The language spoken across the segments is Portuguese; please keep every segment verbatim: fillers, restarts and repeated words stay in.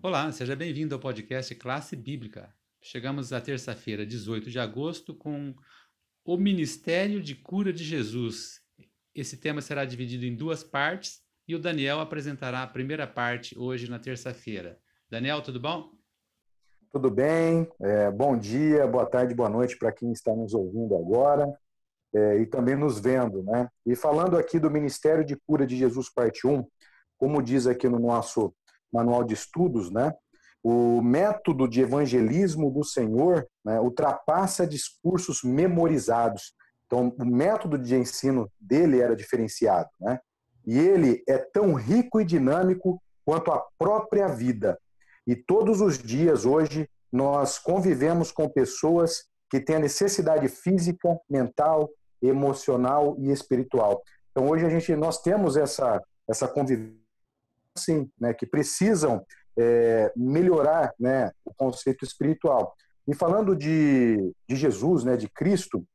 Olá, seja bem-vindo ao podcast Classe Bíblica. Chegamos à terça-feira, dezoito de agosto, com o Ministério de Cura de Jesus. Esse tema será dividido em duas partes e o Daniel apresentará a primeira parte hoje na terça-feira. Daniel, tudo bom? Tudo bem? É, bom dia, boa tarde, boa noite para quem está nos ouvindo agora é, e também nos vendo, né? E falando aqui do Ministério de Cura de Jesus, parte um, como diz aqui no nosso manual de estudos, né? O método de evangelismo do Senhor, né, ultrapassa discursos memorizados. Então, o método de ensino dele era diferenciado, né? E ele é tão rico e dinâmico quanto a própria vida. E todos os dias, hoje, nós convivemos com pessoas que têm a necessidade física, mental, emocional e espiritual. Então, hoje, a gente, nós temos essa, essa convivência, sim, né, que precisam é, melhorar, né, o conceito espiritual. E falando de, de Jesus, né, de Cristo,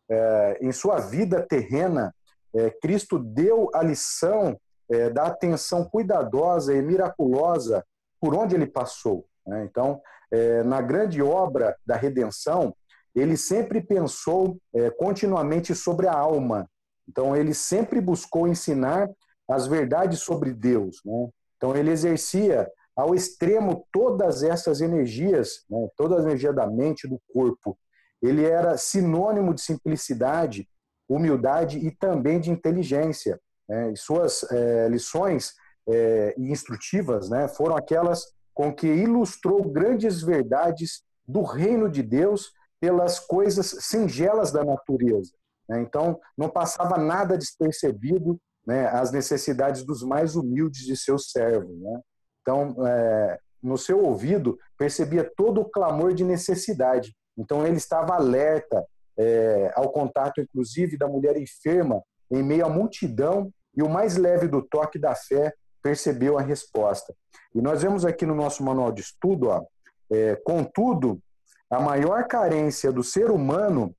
é, em sua vida terrena, é, Cristo deu a lição é, da atenção cuidadosa e miraculosa por onde ele passou, né? Então, é, na grande obra da redenção, ele sempre pensou é, continuamente sobre a alma. Então, ele sempre buscou ensinar as verdades sobre Deus, né? Então, ele exercia ao extremo todas essas energias, né? Toda a energia da mente, do corpo. Ele era sinônimo de simplicidade, humildade e também de inteligência, né? E suas é, lições é, e instrutivas, né, foram aquelas com que ilustrou grandes verdades do reino de Deus pelas coisas singelas da natureza, né? Então, não passava nada despercebido, né, as necessidades dos mais humildes de seus servos, né? Então, é, no seu ouvido, percebia todo o clamor de necessidade. Então, ele estava alerta é, ao contato, inclusive, da mulher enferma em meio à multidão, e o mais leve do toque da fé percebeu a resposta. E nós vemos aqui no nosso manual de estudo, ó, é, contudo, a maior carência do ser humano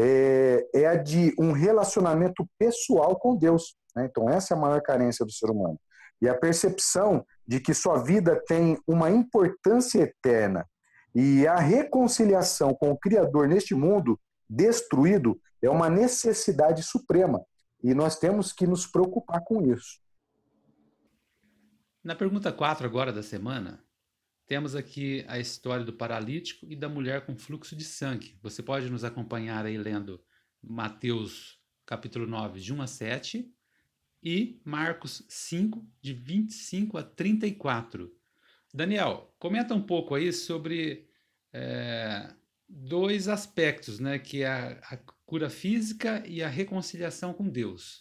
é, é a de um relacionamento pessoal com Deus, né? Então, essa é a maior carência do ser humano. E a percepção de que sua vida tem uma importância eterna e a reconciliação com o Criador neste mundo destruído é uma necessidade suprema. E nós temos que nos preocupar com isso. Na pergunta quatro agora da semana, temos aqui a história do paralítico e da mulher com fluxo de sangue. Você pode nos acompanhar aí lendo Mateus capítulo nove, de um a sete, e Marcos cinco, de vinte e cinco a trinta e quatro. Daniel, comenta um pouco aí sobre é, dois aspectos, né, que é a, a cura física e a reconciliação com Deus.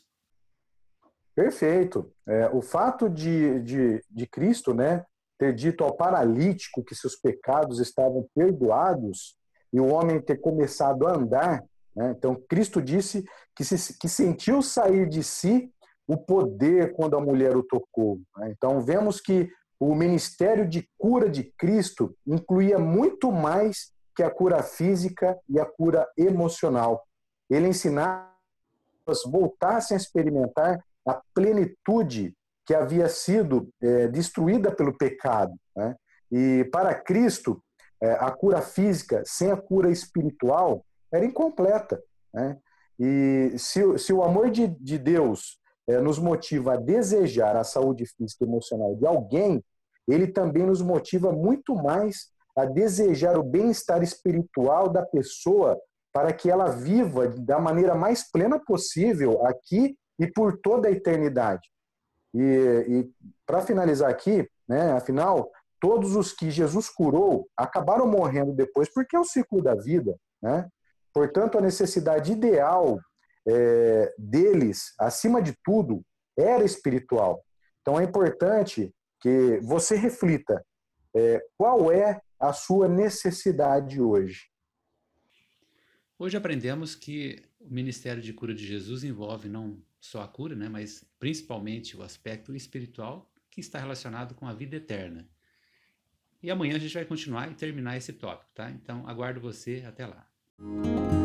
Perfeito. É, o fato de, de, de Cristo, né, ter dito ao paralítico que seus pecados estavam perdoados e o homem ter começado a andar, né, então Cristo disse que, se, que sentiu sair de si o poder quando a mulher o tocou, né? Então vemos que o ministério de cura de Cristo incluía muito mais que a cura física e a cura emocional. Ele ensinava as pessoas voltassem a experimentar a plenitude que havia sido é, destruída pelo pecado, né? E para Cristo, é, a cura física sem a cura espiritual era incompleta, né? E se, se o amor de, de Deus é, nos motiva a desejar a saúde física e emocional de alguém, ele também nos motiva muito mais a desejar o bem-estar espiritual da pessoa para que ela viva da maneira mais plena possível aqui e por toda a eternidade. E, e para finalizar aqui, né, afinal, todos os que Jesus curou acabaram morrendo depois, porque é o ciclo da vida, né? Portanto, a necessidade ideal é, deles, acima de tudo, era espiritual. Então, é importante que você reflita é, qual é a sua necessidade hoje. Hoje aprendemos que o ministério de cura de Jesus envolve não só a cura, né, mas principalmente o aspecto espiritual que está relacionado com a vida eterna. E amanhã a gente vai continuar e terminar esse tópico, tá? Então aguardo você até lá.